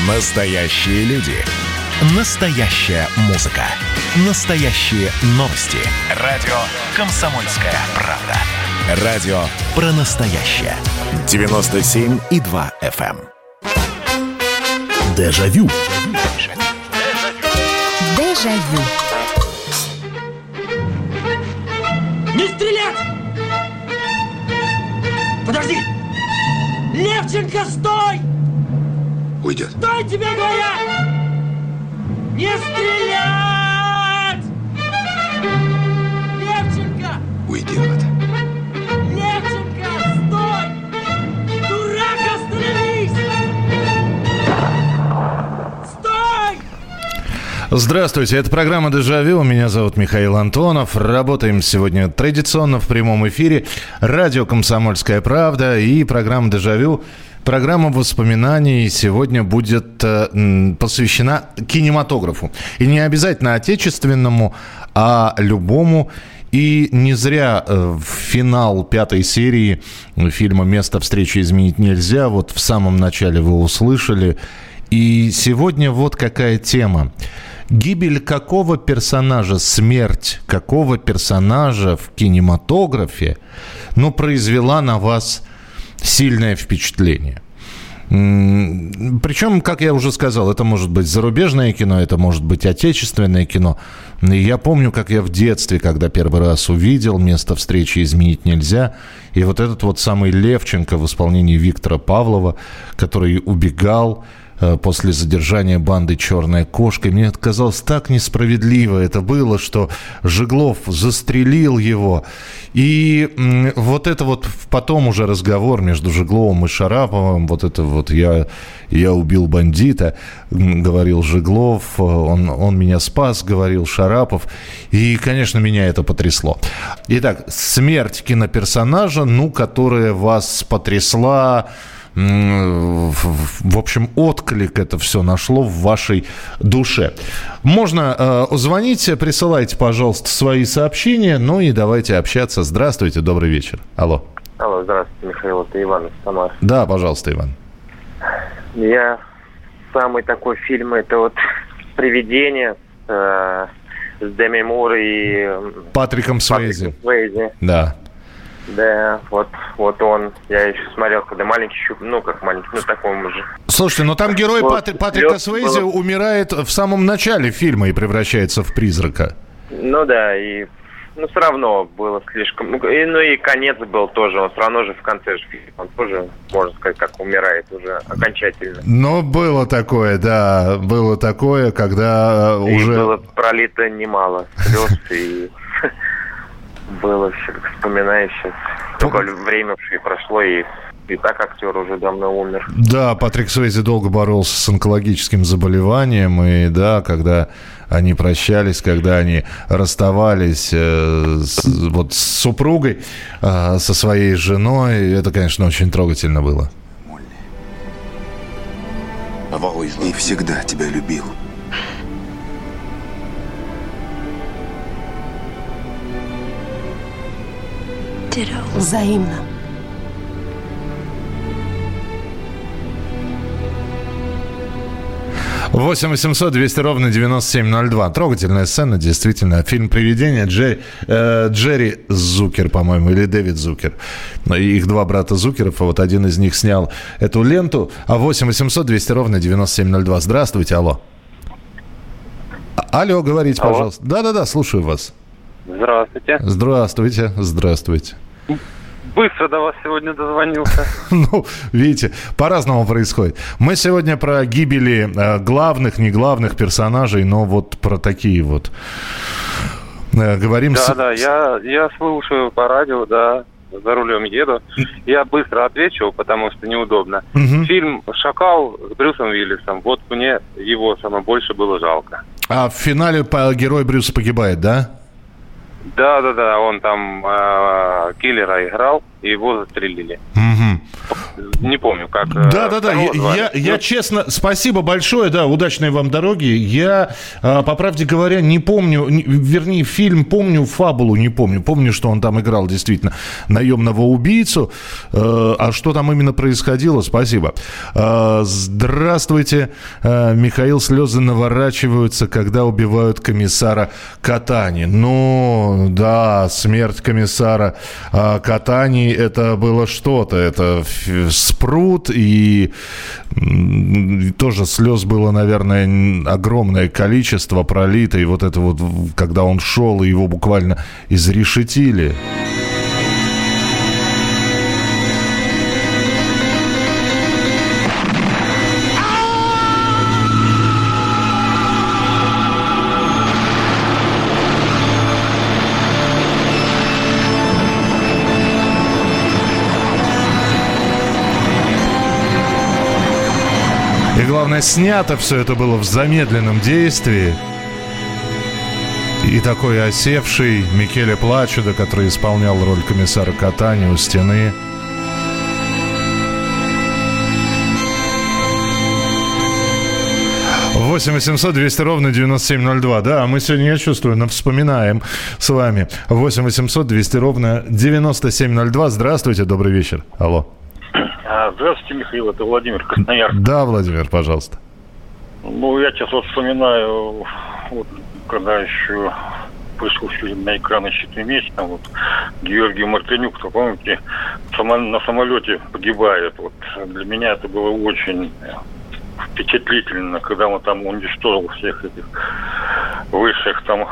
Настоящие люди. Настоящая музыка. Настоящие новости. Радио «Комсомольская правда». Радио про настоящее. 97,2 FM. Дежавю. Дежавю. Не стрелять! Подожди! Левченко, стой! Уйдет. Стой, тебе говорят! Не стрелять! Левченко! Уйдет. Левченко, стой! Дурак, остановись! Стой! Здравствуйте, это программа «Дежавю». Меня зовут Михаил Антонов. Работаем сегодня традиционно в прямом эфире. Радио «Комсомольская правда» и программа «Дежавю». Программа воспоминаний сегодня будет посвящена кинематографу. И не обязательно отечественному, а любому. И не зря в финал 5-й серии фильма «Место встречи изменить нельзя». Вот в самом начале вы услышали. И сегодня вот какая тема. Гибель какого персонажа, смерть какого персонажа в кинематографе, произвела на вас сильное впечатление. Причем, как я уже сказал, это может быть зарубежное кино, это может быть отечественное кино. И я помню, как я в детстве, когда первый раз увидел «Место встречи изменить нельзя», и вот этот вот самый Левченко в исполнении Виктора Павлова, который убегал после задержания банды «Черная кошка». И мне это казалось так несправедливо это было, что Жеглов застрелил его. И вот это вот потом уже разговор между Жегловым и Шараповым, вот это вот «я убил бандита», говорил Жеглов, он меня спас, говорил Шарапов. И, конечно, меня это потрясло. Итак, смерть киноперсонажа, которая вас потрясла. В общем, отклик это все нашло в вашей душе. Можно звонить, присылайте, пожалуйста, свои сообщения, и давайте общаться. Здравствуйте, добрый вечер. Алло. Алло, здравствуйте, Михаил, это Иван из Самары. Да, пожалуйста, Иван. Самый такой фильм, это вот «Привидение» с Деми Мур и Патриком Суэйзи. Да. Да, вот он. Я еще смотрел, когда маленький, такому же. Слушайте, там герой Патрика Суэйзи умирает в самом начале фильма и превращается в призрака. И все равно было слишком... и конец был тоже, он все равно же в конце же фильма, он тоже, можно сказать, как умирает уже окончательно. Было такое, да, когда и уже... было пролито немало слез, и... Было, вспоминаю сейчас. Только время уже прошло, и так актер уже давно умер. Да, Патрик Суэйзи долго боролся с онкологическим заболеванием, и да, когда они прощались, когда они расставались с супругой, со своей женой, это, конечно, очень трогательно было. Молли, и всегда тебя любил. Взаимно. Восемь 800 200 ровно 9702. Трогательная сцена, действительно. Фильм «Привидение». Джерри Зукер, по-моему, или Дэвид Зукер. Их два брата Зукеров, а вот один из них снял эту ленту. 8 800 200 ровно 9702. Здравствуйте, алло. Алло, говорите, алло. Пожалуйста. Да-да-да, слушаю вас. Здравствуйте. Здравствуйте. Быстро до вас сегодня дозвонился. Видите, по-разному происходит. Мы сегодня про гибели главных, не главных персонажей, но вот про такие вот говорим. Да, я слушаю по радио, да, за рулем еду. Я быстро отвечу, потому что неудобно. Фильм «Шакал» с Брюсом Уиллисом. Вот мне его самое больше было жалко. А в финале герой Брюса погибает, да? Да, он там киллера играл, и его застрелили. Не помню, как... Да. Я честно... Спасибо большое, да, удачной вам дороги. Я, по правде говоря, не помню... Вернее, фильм помню, фабулу не помню. Помню, что он там играл действительно наемного убийцу. А что там именно происходило? Спасибо. Здравствуйте, Михаил. Слезы наворачиваются, когда убивают комиссара Катани. Ну, да, смерть комиссара Катани, это было что-то. Это Спрут, и тоже слез было, наверное, огромное количество пролито. И вот это вот, когда он шел, и его буквально изрешетили. И главное, снято все это было в замедленном действии. И такой осевший Микеле Плачудо, который исполнял роль комиссара Катани у стены. +8 800 200 ровно 9702. Да, мы сегодня, я чувствую, вспоминаем с вами. +8 800 200 ровно 9702. Здравствуйте, добрый вечер. Алло. Здравствуйте, Михаил, это Владимир, Красноярск. Да, Владимир, пожалуйста. Ну, я сейчас вот вспоминаю, вот, когда еще пришел фильм на экраны «Щит и меч», там вот Георгий Мартынюк, помните, на самолете погибает. Вот для меня это было очень впечатлительно, когда он там уничтожил всех этих высших там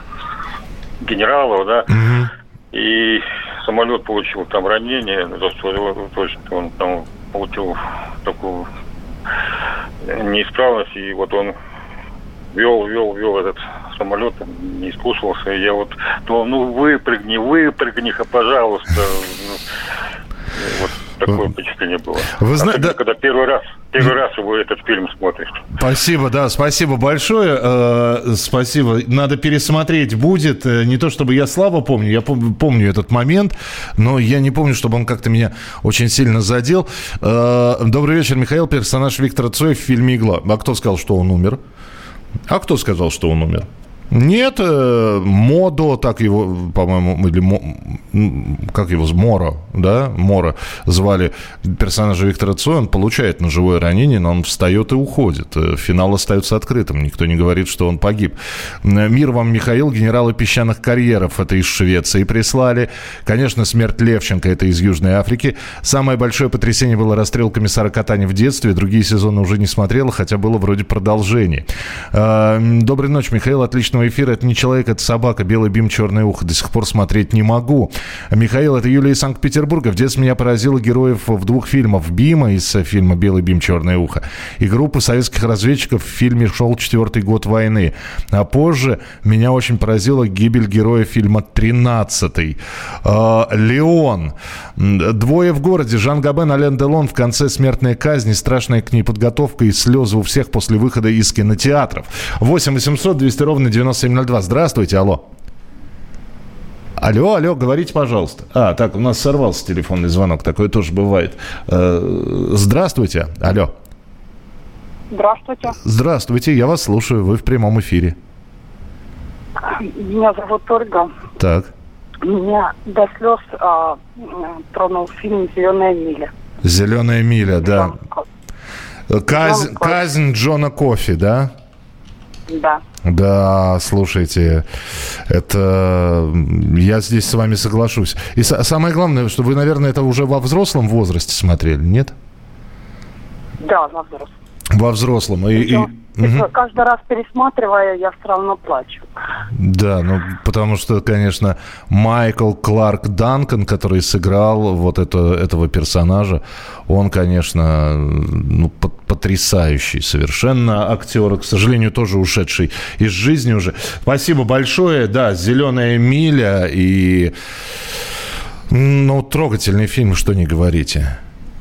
генералов, да, и самолет получил там ранение, точно он там получил такую неисправность, и вот он вел этот самолет, не слушался, и я вот думал, ну выпрыгни, пожалуйста. Вот такое впечатление было. Вы знаете, когда первый раз вы этот фильм смотрите. Спасибо, да, спасибо большое. Спасибо. Надо пересмотреть будет. Не то чтобы я слабо помню, я помню этот момент, но я не помню, чтобы он как-то меня очень сильно задел. Добрый вечер, Михаил. Персонаж Виктора Цоя в фильме «Игла». А кто сказал, что он умер? А кто сказал, что он умер? Нет, Модо, так его, по-моему, или как его, Моро, да, Моро звали персонажа Виктора Цоя, он получает ножевое ранение, но он встает и уходит. Финал остается открытым, никто не говорит, что он погиб. Мир вам, Михаил, генералы песчаных карьеров, это из Швеции прислали. Конечно, смерть Левченко, это из Южной Африки. Самое большое потрясение было расстрел комиссара Катани в детстве, другие сезоны уже не смотрела, хотя было вроде продолжение. Доброй ночи, Михаил, отличного эфира. Это не человек, это собака. Белый бим, черное ухо. До сих пор смотреть не могу. Михаил, это Юлия из Санкт-Петербурга. В детстве меня поразило героев в 2 фильмах. Бима из фильма «Белый бим, черное ухо» и группы советских разведчиков в фильме «Шел 4-й год войны». А позже меня очень поразила гибель героя фильма «13-й». Леон. 2 в городе. Жан Габен, Ален Делон. В конце смертная казнь, страшная к ней подготовка и слезы у всех после выхода из кинотеатров. 8 800 200 ровно 9702. Здравствуйте, алло. Алло, говорите, пожалуйста. Так, у нас сорвался телефонный звонок, такое тоже бывает. Здравствуйте, алло. Здравствуйте. Здравствуйте, я вас слушаю, вы в прямом эфире. Меня зовут Ольга. Так. Меня до слез тронул фильм «Зеленая миля». «Зеленая миля», да. Казнь Джона Кофи, да? Да. Да, слушайте, это... Я здесь с вами соглашусь. И самое главное, что вы, наверное, это уже во взрослом возрасте смотрели, нет? Да, во взрослом. Во взрослом. Каждый раз пересматривая, я все равно плачу. Да, потому что, конечно, Майкл Кларк Данкан, который сыграл вот этого персонажа, он, конечно, потрясающий совершенно актер, к сожалению, тоже ушедший из жизни уже. Спасибо большое. Да, «Зеленая миля» и... трогательный фильм, что не говорите.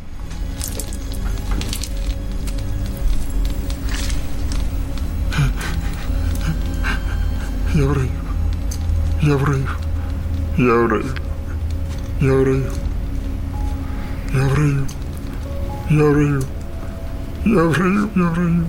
Я в раю, я в раю, я в раю, я в раю, я в раю, Я в раю. Я в раю, я в раю.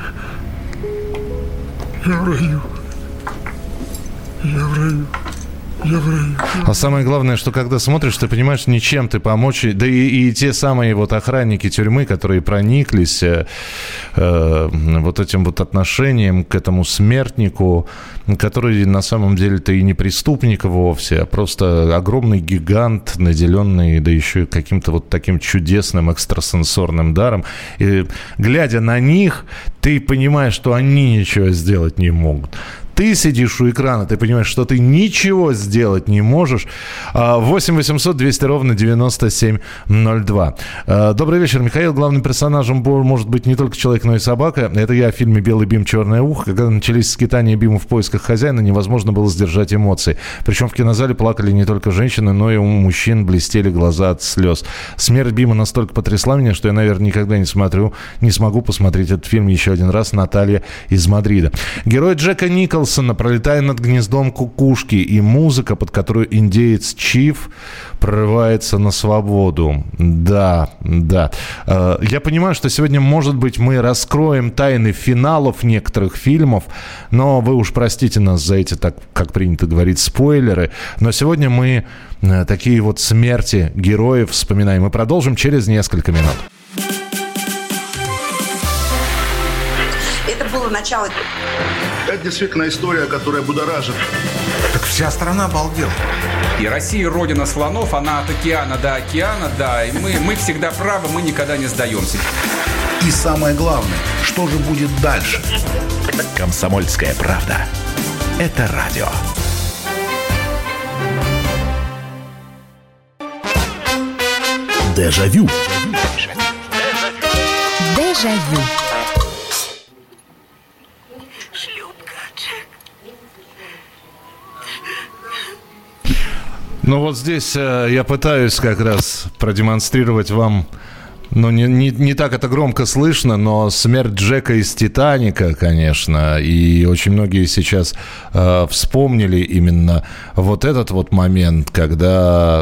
Я в раю. Я в раю. А самое главное, что когда смотришь, ты понимаешь, ничем ты помочь. Да и те самые вот охранники тюрьмы, которые прониклись вот этим вот отношением к этому смертнику, который на самом деле-то и не преступник вовсе, а просто огромный гигант, наделенный, да еще и каким-то вот таким чудесным экстрасенсорным даром. И глядя на них, ты понимаешь, что они ничего сделать не могут. Ты сидишь у экрана, ты понимаешь, что ты ничего сделать не можешь. 8 800 200 ровно 9702. Добрый вечер, Михаил. Главным персонажем может быть не только человек, но и собака. Это я в фильме «Белый бим, черное ухо». Когда начались скитания Бима в поисках хозяина, невозможно было сдержать эмоции. Причем в кинозале плакали не только женщины, но и у мужчин блестели глаза от слез. Смерть Бима настолько потрясла меня, что я, наверное, никогда не смогу посмотреть этот фильм еще один раз. Наталья из Мадрида. Герой Джека Николсона, пролетая над гнездом кукушки, и музыка, под которую индеец Чиф прорывается на свободу. Да. Я понимаю, что сегодня, может быть, мы раскроем тайны финалов некоторых фильмов, но вы уж простите нас за эти, так как принято говорить, спойлеры. Но сегодня мы такие вот смерти героев вспоминаем. И продолжим через несколько минут. Это было начало. Это действительно история, которая будоражит. Так вся страна обалдела. И Россия родина слонов, она от океана до океана, да. И мы всегда правы, мы никогда не сдаемся. И самое главное, что же будет дальше? «Комсомольская правда». Это радио. Дежавю. Дежавю. Ну вот здесь я пытаюсь как раз продемонстрировать вам, ну не так это громко слышно, но смерть Джека из «Титаника», конечно, и очень многие сейчас вспомнили именно вот этот вот момент, когда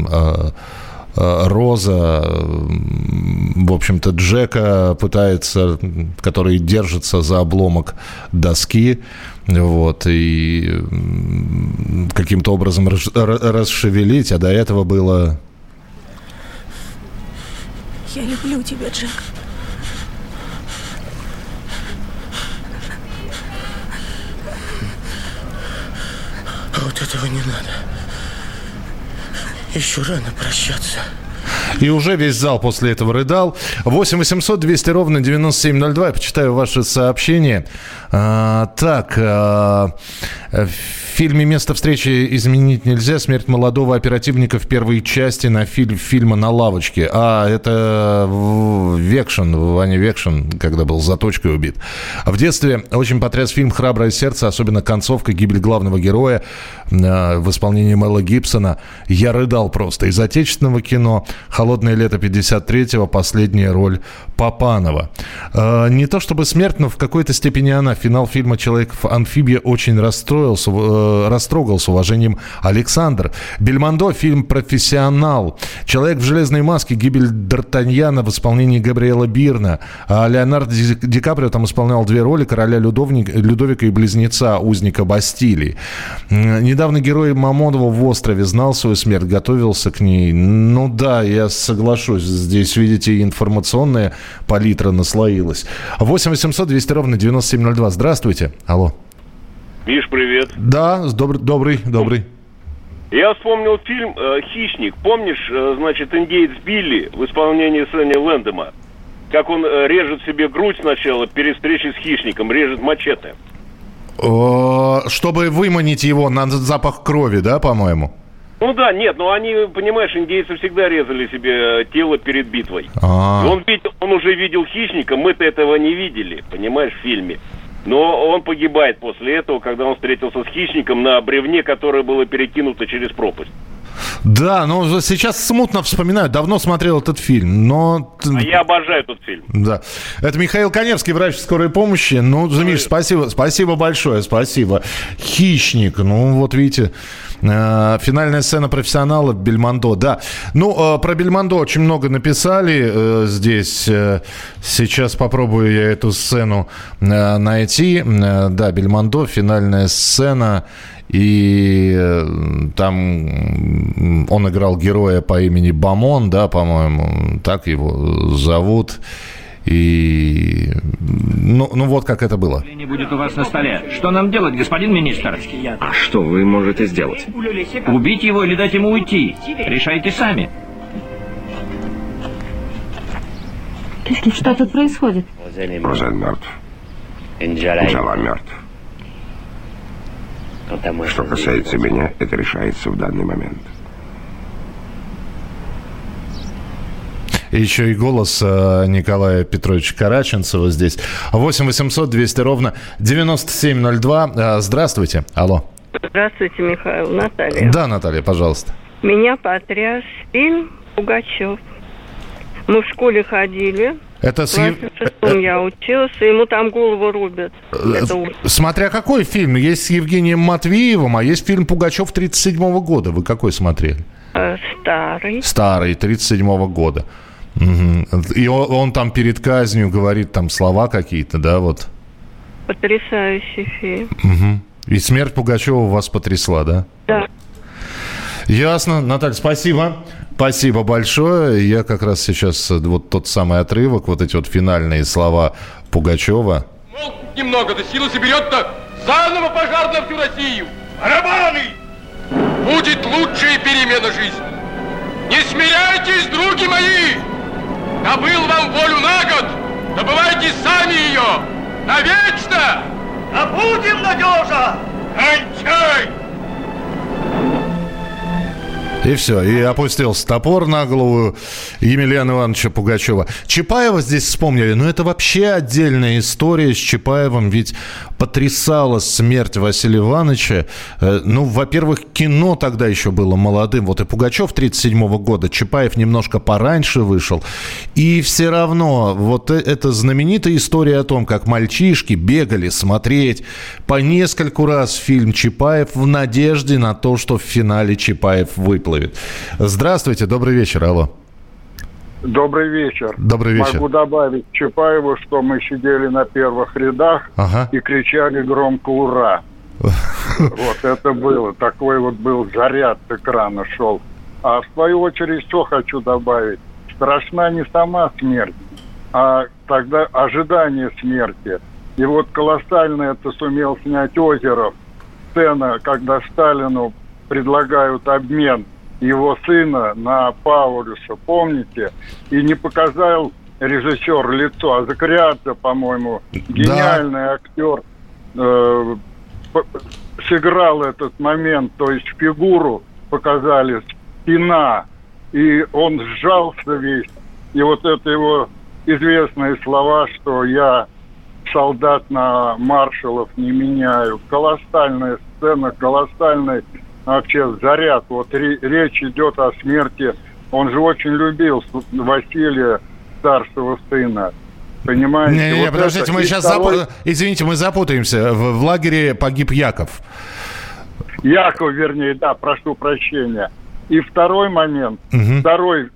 Роза, в общем-то, Джека пытается, который держится за обломок доски, вот, и каким-то образом расшевелить, а до этого было... Я люблю тебя, Джек. Вот этого не надо. Еще рано прощаться. И уже весь зал после этого рыдал. 8 800 200 ровно 9702. Я почитаю ваши сообщения. В фильме «Место встречи изменить нельзя». Смерть молодого оперативника в первой части фильма «На лавочке». Это Векшин, Ваня Векшин, когда был заточкой убит. В детстве очень потряс фильм «Храброе сердце», особенно концовка, гибель главного героя в исполнении Мэла Гибсона. Я рыдал просто. Из отечественного кино «Холодное лето 53-го», последняя роль Папанова. Не то чтобы смерть, но в какой-то степени она. Финал фильма «Человек-амфибия» очень растрогал, с уважением, Александр. Бельмондо, фильм «Профессионал». «Человек в железной маске», гибель Д'Артаньяна в исполнении Габриэла Бирна. А Леонардо Ди Каприо там исполнял две роли: короля Людовика и близнеца, узника Бастилии. Недавно герой Мамонова в «Острове» знал свою смерть, готовился к ней. Ну да, я соглашусь. Здесь, видите, информационная палитра наслоилась. 8 800 200 ровно 9702. Здравствуйте. Алло. Миш, привет. Да, добрый. Я вспомнил фильм «Хищник». Помнишь, значит, индеец Билли в исполнении Сэнни Лэндема? Как он режет себе грудь сначала перед встречей с хищником, режет мачете. Чтобы выманить его на запах крови, да, по-моему? Ну да, нет, но они, понимаешь, индейцы всегда резали себе тело перед битвой. Он уже видел хищника, мы-то этого не видели, понимаешь, в фильме. Но он погибает после этого, когда он встретился с хищником на бревне, которое было перекинуто через пропасть. Да, ну сейчас смутно вспоминаю, давно смотрел этот фильм, но... А я обожаю этот фильм. Да. Это Михаил Каневский, врач скорой помощи. Ну, Миш, спасибо большое, спасибо. «Хищник», ну вот видите... Финальная сцена профессионала Бельмондо, да. Ну, про Бельмондо очень много написали здесь. Сейчас попробую я эту сцену найти. Да, Бельмондо, финальная сцена. И там он играл героя по имени Бамон, да, по-моему, так его зовут. И ну вот как это было. Будет у вас на столе. Что нам делать, господин министр? А что вы можете сделать? Убить его или дать ему уйти? Решайте сами. Что тут происходит? Розель мертв. Джала мертв. Что касается меня, это решается в данный момент. Еще и голос Николая Петровича Караченцева здесь. 8 800 200 ровно 9702. Здравствуйте. Алло. Здравствуйте, Михаил. Наталья. Да, Наталья, пожалуйста. Меня потряс фильм «Пугачев». Мы в школе ходили. Это в классе шестом я училась, и ему там голову рубят. Смотря какой фильм. Есть с Евгением Матвеевым, а есть фильм «Пугачев» 1937 года. Вы какой смотрели? Старый. Старый, 1937 года. Угу. И он там перед казнью говорит там слова какие-то, да, вот. Потрясающий фильм. Угу. И смерть Пугачева вас потрясла, да? Да. Ясно. Наталья, спасибо. Спасибо большое. Я как раз сейчас вот тот самый отрывок, вот эти вот финальные слова Пугачева. Немного, да силы соберет-то заново пожар на всю Россию. Барабаны! Будет лучшая перемена жизни. Не смиряйтесь, други мои! Добыл вам волю на год, добывайте сами ее! Навечно! Да будем, надежа! Кончай! И все, и опустился топор на голову Емельяна Ивановича Пугачева. Чапаева здесь вспомнили, но это вообще отдельная история с Чапаевым, ведь потрясала смерть Василия Ивановича. Ну, во-первых, кино тогда еще было молодым. Вот и Пугачев 1937 года, Чапаев немножко пораньше вышел. И все равно вот эта знаменитая история о том, как мальчишки бегали смотреть по нескольку раз фильм Чапаев в надежде на то, что в финале Чапаев выплывет. Здравствуйте, добрый вечер, алло. Добрый вечер. Добрый вечер. Могу добавить Чапаеву, что мы сидели на первых рядах и кричали громко «Ура!». Вот это было. Такой вот был заряд с экрана шел. А в свою очередь что хочу добавить? Страшна не сама смерть, а тогда ожидание смерти. И вот колоссально это сумел снять Озеров. Сцена, когда Сталину предлагают обмен его сына на Паулюса, помните? И не показал режиссер лицо, а Закрядзе, по-моему, гениальный актер, сыграл этот момент, то есть фигуру показали, спина, и он сжался весь. И вот это его известные слова, что я солдат на маршалов не меняю. Колоссальная сцена, колоссальный вообще заряд. Вот речь идет о смерти. Он же очень любил Василия, старшего сына. Понимаете? Не, вот подождите, мы сейчас извините, мы запутаемся. В лагере погиб Яков. Яков, вернее, да, прошу прощения. И второй момент, второй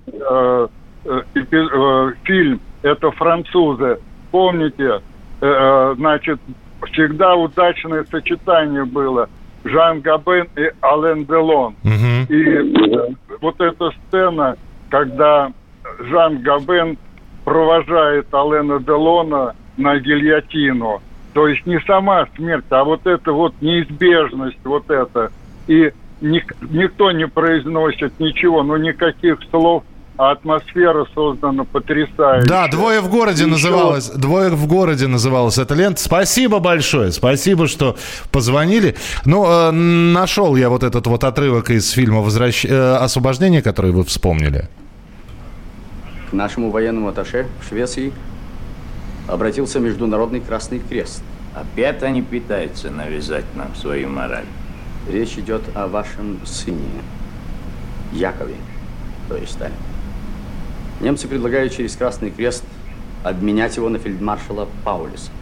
фильм, это «Французы». Помните, значит, всегда удачное сочетание было. Жан Габен и Ален Делон. И вот эта сцена, когда Жан Габен провожает Алена Делона на гильотину. То есть не сама смерть, а вот это вот неизбежность, вот это. И никто не произносит ничего, ну никаких слов, а атмосфера создана потрясающая. Да, «Двое в городе» называлась. «Двое в городе» называлась эта лента. Спасибо большое. Спасибо, что позвонили. Ну, нашел я вот этот вот отрывок из фильма «Освобождение», который вы вспомнили. К нашему военному атташе в Швеции обратился Международный Красный Крест. Опять они пытаются навязать нам свою мораль. Речь идет о вашем сыне. Якове, то есть Сталин. Немцы предлагают через Красный Крест обменять его на фельдмаршала Паулюса.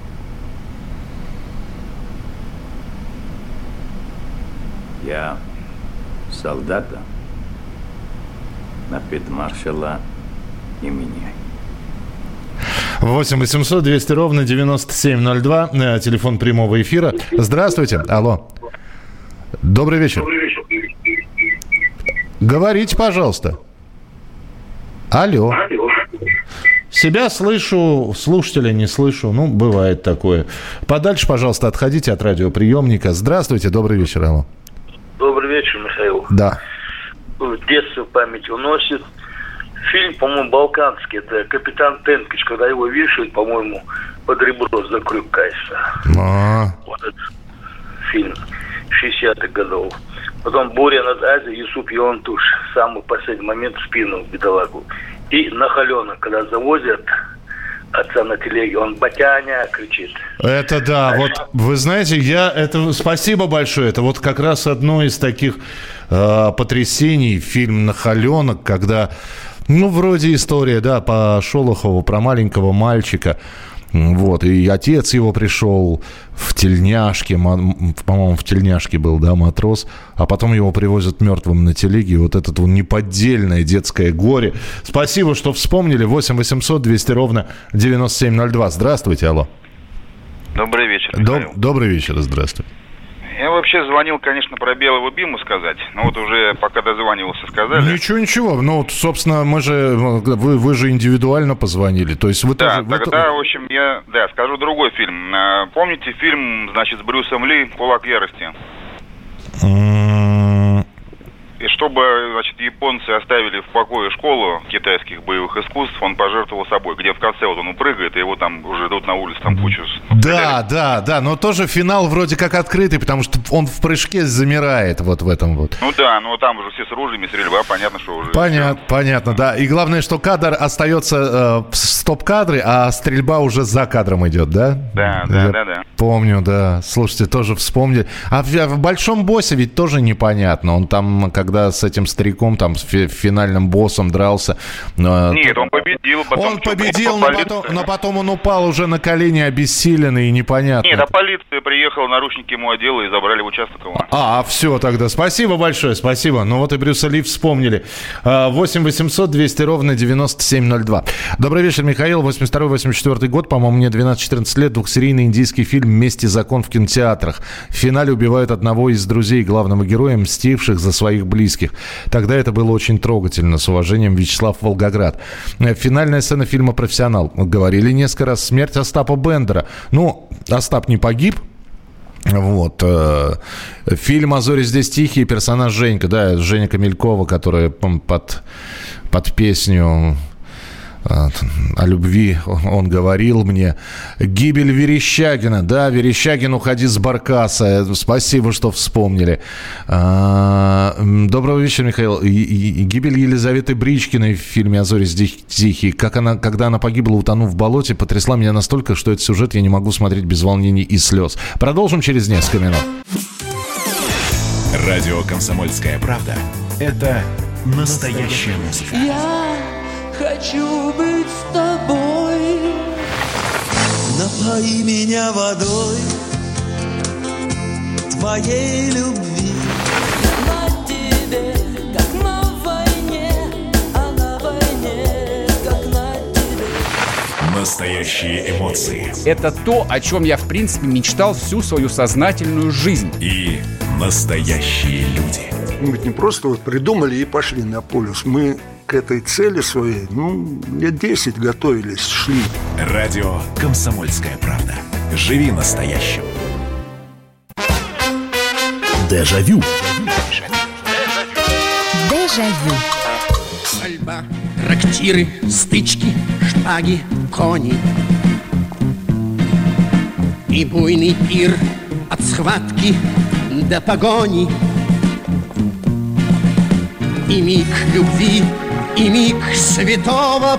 Я солдата на фельдмаршала не меняю. 8 800 200 ровно 9702. Телефон прямого эфира. Здравствуйте. Алло. Добрый вечер. Говорите, пожалуйста. Алло. Себя слышу, слушателя не слышу. Ну, бывает такое. Подальше, пожалуйста, отходите от радиоприемника. Здравствуйте. Добрый вечер. Алло. Добрый вечер, Михаил. Да. В детстве память уносит. Фильм, по-моему, балканский. Это «Капитан Тенкич», когда его вешают, по-моему, под ребро за крюк кайса. Вот этот фильм 60-х годов. Потом «Буря над Азией», Юсуп Йонтуш. Самый последний момент в спину бедолагу. И «Нахаленок», когда завозят отца на телеге, он «Батяня» кричит. Это да, вот вы знаете, спасибо большое. Это вот как раз одно из таких потрясений, фильм «Нахаленок», когда, ну, вроде история, да, по Шолохову про маленького мальчика. Вот, и отец его пришел в тельняшке, по-моему, в тельняшке был, да, матрос, а потом его привозят мертвым на телеге, и вот это вот неподдельное детское горе. Спасибо, что вспомнили. 8 800 200 ровно 9702. Здравствуйте, алло. Добрый вечер, Добрый вечер, здравствуйте. Я вообще звонил, конечно, про Белого Биму сказать, но вот уже пока дозванивался, сказали. Ничего. Ну, вот, собственно, вы же индивидуально позвонили, то есть вы тоже... Да, тогда, в общем, я скажу другой фильм. Помните фильм, значит, с Брюсом Ли «Кулак ярости»? И чтобы, значит, японцы оставили в покое школу китайских боевых искусств, он пожертвовал собой, где в конце вот он прыгает, и его там уже идут на улицу, там кучу... Да, но тоже финал вроде как открытый, потому что он в прыжке замирает вот в этом вот. Ну да, но там уже все с ружьями, стрельба, понятно, что уже... Понятно, да. И главное, что кадр остается в стоп-кадре, а стрельба уже за кадром идет, да? Да. Помню, да. Слушайте, тоже вспомнили. А в «Большом боссе» ведь тоже непонятно. Он там, когда с этим стариком, там, с финальным боссом дрался... Нет, он победил. Он победил, но потом он упал уже на колени, обессиленный и непонятно. Нет, а полиция приехала, наручники ему одела и забрали в участок его. Все тогда. Спасибо большое, спасибо. Ну вот и Брюса Ли вспомнили. 8 800 200 ровно 9702. Добрый вечер, Михаил. 82-84 год, по-моему, мне 12-14 лет. Двухсерийный индийский фильм «Месть и закон» в кинотеатрах. В финале убивают одного из друзей главного героя, мстивших за своих близких. Тогда это было очень трогательно. С уважением, Вячеслав Волгоград. Финальная сцена фильма «Профессионал». Говорили несколько раз. Смерть Остапа Бендера. Ну, Остап не погиб. Вот. Фильм «А зори здесь тихие», персонаж Женька, да, Женя Камелькова, которая под песню о любви он говорил мне. Гибель Верещагина. Да, Верещагин, уходи с баркаса. Спасибо, что вспомнили. Доброго вечера, Михаил. Гибель Елизаветы Бричкиной в фильме «А зори здесь тихие». Когда она погибла, утонув в болоте, потрясла меня настолько, что этот сюжет я не могу смотреть без волнений и слез. Продолжим через несколько минут. Радио «Комсомольская правда» — это настоящая музыка. Хочу быть с тобой. Напои меня водой твоей любви. На тебе, как на войне, а на войне, как на тебе. Настоящие эмоции. Это то, о чем я, в принципе, мечтал всю свою сознательную жизнь. И настоящие люди. Мы ведь не просто вот придумали и пошли на полюс. Мы к этой цели своей, лет 10 готовились, шли. Радио «Комсомольская правда». Живи настоящим. Дежавю. Дежавю. Пальба, трактиры, стычки, шпаги, кони. И буйный пир от схватки до погони. И миг любви, и миг святого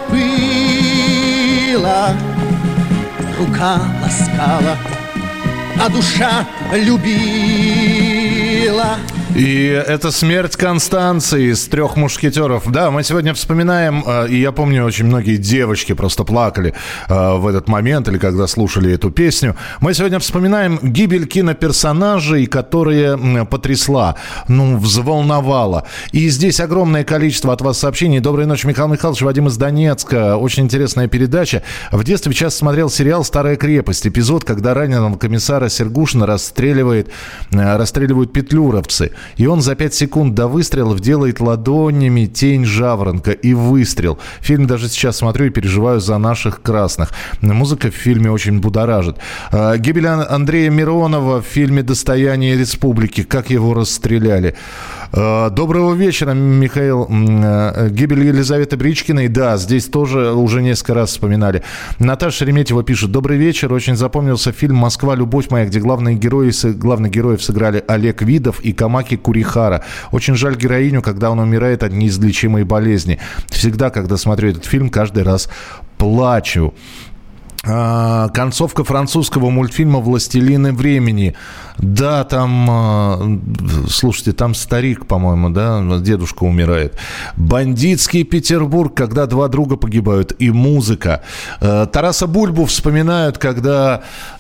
пыла. Рука ласкала, а душа любила. И это смерть Констанции из «Трех мушкетеров». Да, мы сегодня вспоминаем, и я помню, очень многие девочки просто плакали в этот момент, или когда слушали эту песню. Мы сегодня вспоминаем гибель киноперсонажей, которая потрясла, взволновала. И здесь огромное количество от вас сообщений. Доброй ночи, Михаил Михайлович, Вадим из Донецка. Очень интересная передача. В детстве часто смотрел сериал «Старая крепость». Эпизод, когда раненого комиссара Сергушина расстреливают петлюровцы. И он за 5 секунд до выстрелов делает ладонями тень жаворонка и выстрел. Фильм даже сейчас смотрю и переживаю за наших красных. Музыка в фильме очень будоражит. Гибель Андрея Миронова в фильме «Достояние республики». Как его расстреляли. Доброго вечера, Михаил. Гибель Елизаветы Бричкиной. Да, здесь тоже уже несколько раз вспоминали. Наташа Шереметьева пишет. Добрый вечер. Очень запомнился фильм «Москва. Любовь моя», где главных героев сыграли Олег Видов и Камаки Курихара. Очень жаль героиню, когда он умирает от неизлечимой болезни. Всегда, когда смотрю этот фильм, каждый раз плачу. Концовка французского мультфильма «Властелины времени». Да, там, слушайте, там старик, по-моему, да, дедушка умирает. «Бандитский Петербург», когда два друга погибают, и музыка. Тараса Бульбу вспоминают, когда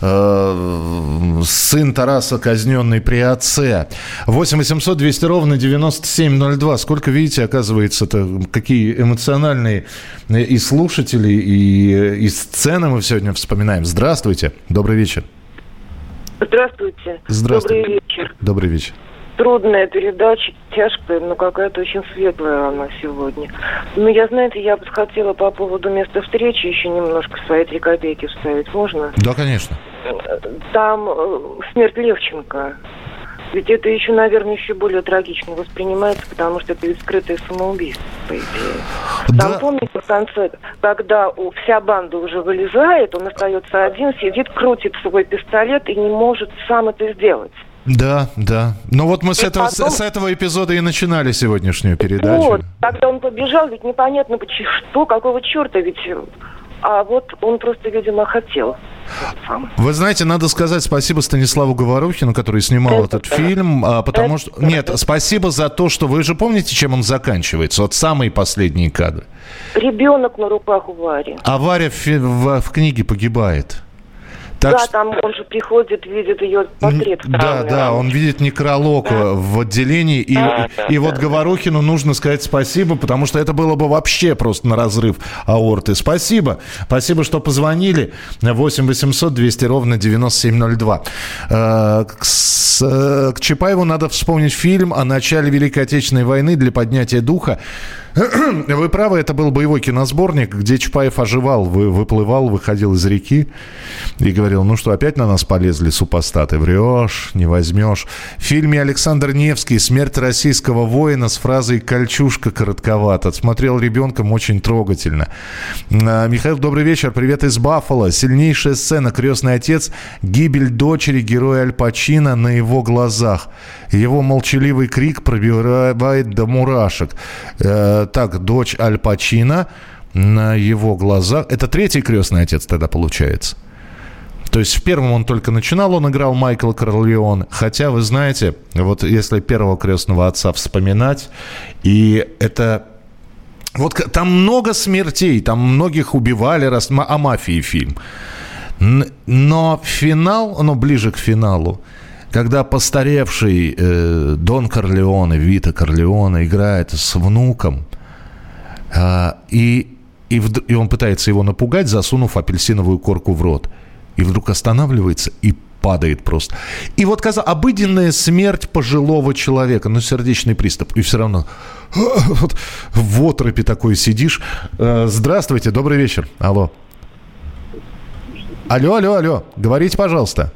сын Тараса казненный при отце. 8 800 200 ровно 9702. Сколько, видите, оказывается, какие эмоциональные и слушатели, и сцены мы сегодня вспоминаем. Здравствуйте, добрый вечер. Здравствуйте. Здравствуйте. Добрый вечер. Добрый вечер. Трудная передача, тяжкая, но какая-то очень светлая она сегодня. Я бы хотела по поводу места встречи еще немножко свои 3 копейки вставить. Можно? Да, конечно. Там смерть Левченко. Ведь это еще, наверное, еще более трагично воспринимается, потому что это ведь скрытое самоубийство, по идее. Там, помните, в конце, когда вся банда уже вылезает, он остается один, сидит, крутит свой пистолет и не может сам это сделать. Да, да. Ну вот мы с этого эпизода и начинали сегодняшнюю передачу. Вот, когда он побежал, ведь непонятно, какого черта, ведь... А вот он просто, видимо, хотел. Вы знаете, надо сказать спасибо Станиславу Говорухину, который снимал этот фильм, потому что... Нет, спасибо за то, что... Вы же помните, чем он заканчивается? Вот самые последние кадры. Ребенок на руках у Вари. А Варя в книге погибает. Там он же приходит, видит ее портрет. Да, он видит некролог в отделении. И вот Говорухину нужно сказать спасибо, потому что это было бы вообще просто на разрыв аорты. Спасибо. Спасибо, что позвонили. 8 800 200 ровно 9702. К Чапаеву надо вспомнить фильм о начале Великой Отечественной войны для поднятия духа. Вы правы, это был боевой киносборник, где Чапаев оживал, выплывал, выходил из реки и говорил, ну что, опять на нас полезли супостаты? Врешь, не возьмешь. В фильме Александр Невский «Смерть российского воина» с фразой «Кольчушка коротковата». Смотрел ребенком, очень трогательно. Михаил, добрый вечер. Привет из Баффало. Сильнейшая сцена. Крестный отец. Гибель дочери героя Аль Пачино на его глазах. Его молчаливый крик пробивает до мурашек. Так, дочь Аль Пачино на его глазах. Это третий крестный отец тогда получается. То есть в первом он только начинал, он играл Майкла Корлеоне. Хотя, вы знаете, вот если первого крестного отца вспоминать, и это... Вот там много смертей, там многих убивали, о мафии фильм. Но финал, ближе к финалу, когда постаревший Дон Корлеоне, Вито Корлеоне играет с внуком, и он пытается его напугать, засунув апельсиновую корку в рот. И вдруг останавливается и падает просто. И вот, казалось, обыденная смерть пожилого человека, сердечный приступ. И все равно вот в оторопи такой сидишь. Здравствуйте, добрый вечер. Алло. Алло. Говорите, пожалуйста.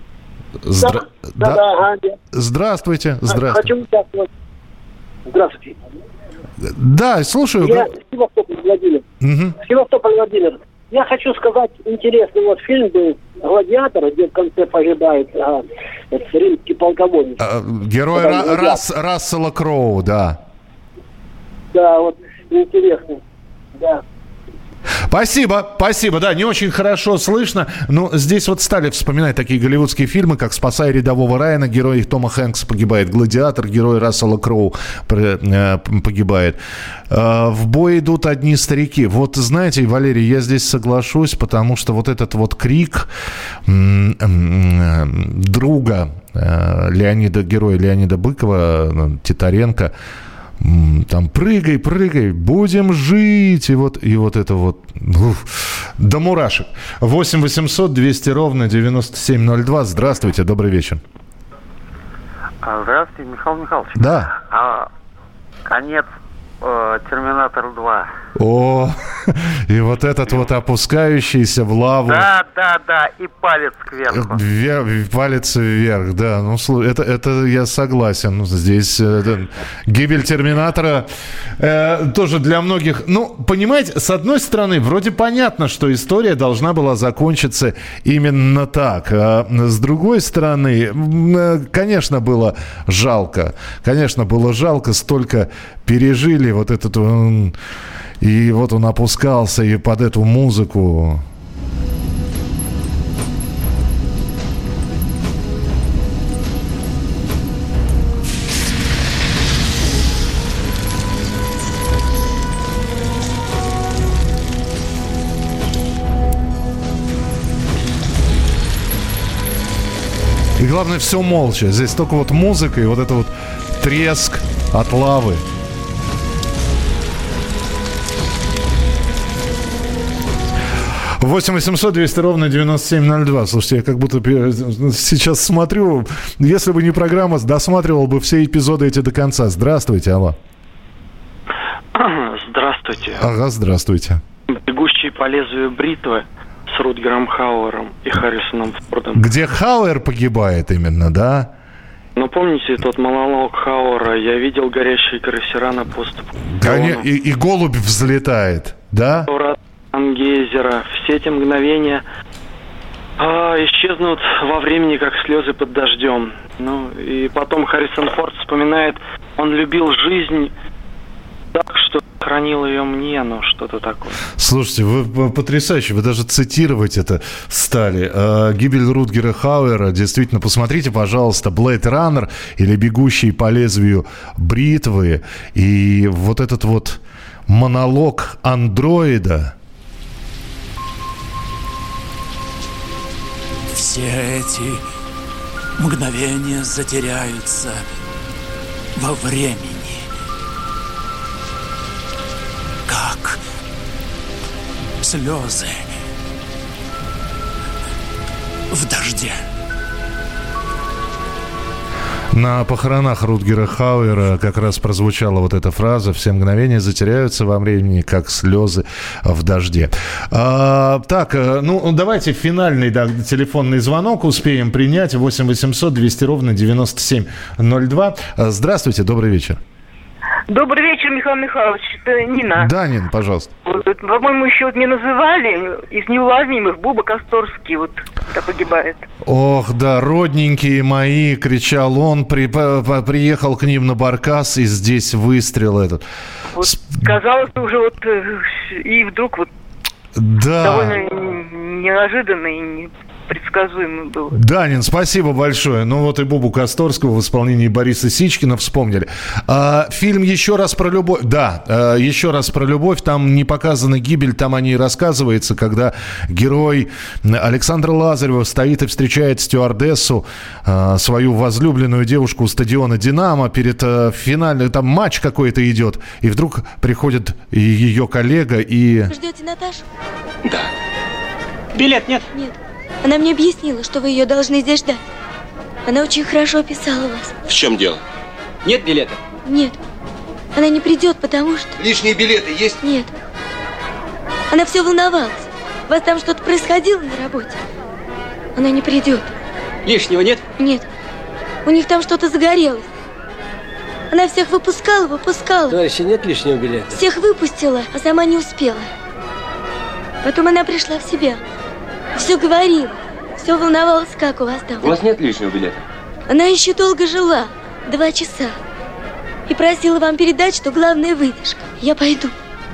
Здравствуйте. Хочу участвовать. Здравствуйте. Да, слушаю. Я Севастополь Владимир. Севастополь Владимир. Я хочу сказать, интересный фильм был «Гладиатор», где в конце погибает римский полководец. Герой Рассела Кроу, да. Да, вот интересный, да. Спасибо. Да, не очень хорошо слышно. Но здесь вот стали вспоминать такие голливудские фильмы, как «Спасая рядового Райана», герой Тома Хэнкса погибает, «Гладиатор», герой Рассела Кроу погибает. «В бой идут одни старики». Вот знаете, Валерий, я здесь соглашусь, потому что вот этот вот крик друга героя Леонида Быкова, Титаренко, там прыгай, будем жить. И вот это вот до мурашек. 8 800 200 ровно 9702. Здравствуйте, добрый вечер. Здравствуйте, Михаил Михайлович. Да. Конец «Терминатор 2». О, и вот этот вот опускающийся в лаву. Да, и палец кверху. Палец вверх, да. Ну, это я согласен. Здесь гибель Терминатора тоже для многих. Ну, понимаете, с одной стороны, вроде понятно, что история должна была закончиться именно так. А с другой стороны, конечно, было жалко. Столько пережили вот этот... И вот он опускался и под эту музыку. И главное, все молча. Здесь только вот музыка и вот это вот треск от лавы. 8 800 200 ровно 9702. Слушайте, я как будто сейчас смотрю. Если бы не программа, досматривал бы все эпизоды эти до конца. Здравствуйте, алло. Здравствуйте. Ага, здравствуйте. «Бегущий по лезвию бритвы» с Рутгером Хауэром и Харрисоном Фордом. Где Хауэр погибает именно, да? Ну, помните тот монолог Хауэра? Я видел горящие крейсера на поступах. И голубь взлетает, да? Гейзера. Все эти мгновения исчезнут во времени, как слезы под дождем. Ну, и потом Харрисон Форд вспоминает, он любил жизнь так, что хранил ее мне, ну, что-то такое. Слушайте, вы потрясающе, вы даже цитировать это стали. Гибель Рутгера Хауэра, действительно, посмотрите, пожалуйста, «Blade Runner» или «Бегущий по лезвию бритвы». И вот этот вот монолог андроида. Все эти мгновения затеряются во времени, как слезы в дожде. На похоронах Рутгера Хауэра как раз прозвучала вот эта фраза: «Все мгновения затеряются во времени, как слезы в дожде». Давайте финальный телефонный звонок успеем принять. 8 800 200 ровно 9702. Здравствуйте, добрый вечер. Добрый вечер, Михаил Михайлович. Это Нина. Да, Нина, пожалуйста. По-моему, еще не называли. Из неуловимых Буба Косторский погибает. Ох, да, родненькие мои, кричал он, приехал к ним на Баркас, и здесь выстрел этот. Казалось, уже и вдруг довольно неожиданно и предсказуемый был. Данин, спасибо большое. И Бубу Косторского в исполнении Бориса Сичкина вспомнили. Фильм «Еще раз про любовь». Да, «Еще раз про любовь». Там не показана гибель, там о ней рассказывается, когда герой Александра Лазарева стоит и встречает стюардессу, свою возлюбленную девушку у стадиона «Динамо» перед финальным, там матч какой-то идет, и вдруг приходит ее коллега и... Вы ждете Наташу? Да. Билет нет? Нет. Она мне объяснила, что вы ее должны здесь ждать. Она очень хорошо описала вас. В чем дело? Нет билета? Нет. Она не придет, потому что... Лишние билеты есть? Нет. Она все волновалась. У вас там что-то происходило на работе. Она не придет. Лишнего нет? Нет. У них там что-то загорелось. Она всех выпускала. Товарищи, нет лишнего билета? Всех выпустила, а сама не успела. Потом она пришла в себя. Все говорила, все волновалась, как у вас там. У вас нет лишнего билета? Она еще долго жила, 2 часа. И просила вам передать, что главная выдержка. Я пойду.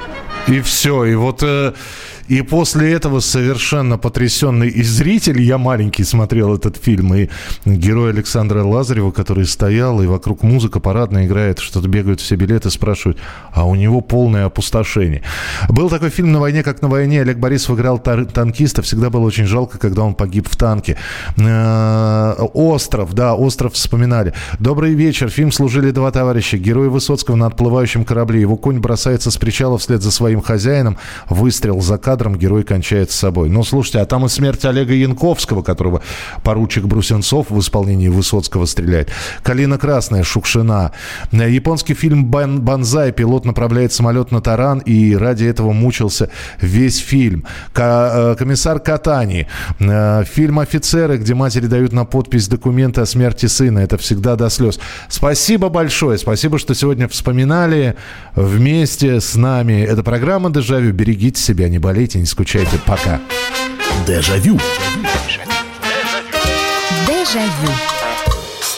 И все. И вот... И после этого совершенно потрясенный и зритель, я маленький смотрел этот фильм, и герой Александра Лазарева, который стоял, и вокруг музыка парадная играет, что-то бегают все билеты, спрашивают, а у него полное опустошение. Был такой фильм «На войне, как на войне». Олег Борисов играл танкиста. Всегда было очень жалко, когда он погиб в танке. «Остров», да, «Остров» вспоминали. «Добрый вечер». Фильм «Служили два товарища». Герой Высоцкого на отплывающем корабле. Его конь бросается с причала вслед за своим хозяином. Выстрел за кадром, герой кончает с собой. Ну, слушайте, а там и смерть Олега Янковского, которого поручик Брусенцов в исполнении Высоцкого стреляет. «Калина красная», Шукшина. Японский фильм «Банзай». Пилот направляет самолет на таран, и ради этого мучился весь фильм. «Комиссар Катани». Фильм «Офицеры», где матери дают на подпись документы о смерти сына. Это всегда до слез. Спасибо большое. Спасибо, что сегодня вспоминали вместе с нами. Это программа «Дежавю». Берегите себя, не болейте, не скучайте. Пока. Дежавю. Дежавю.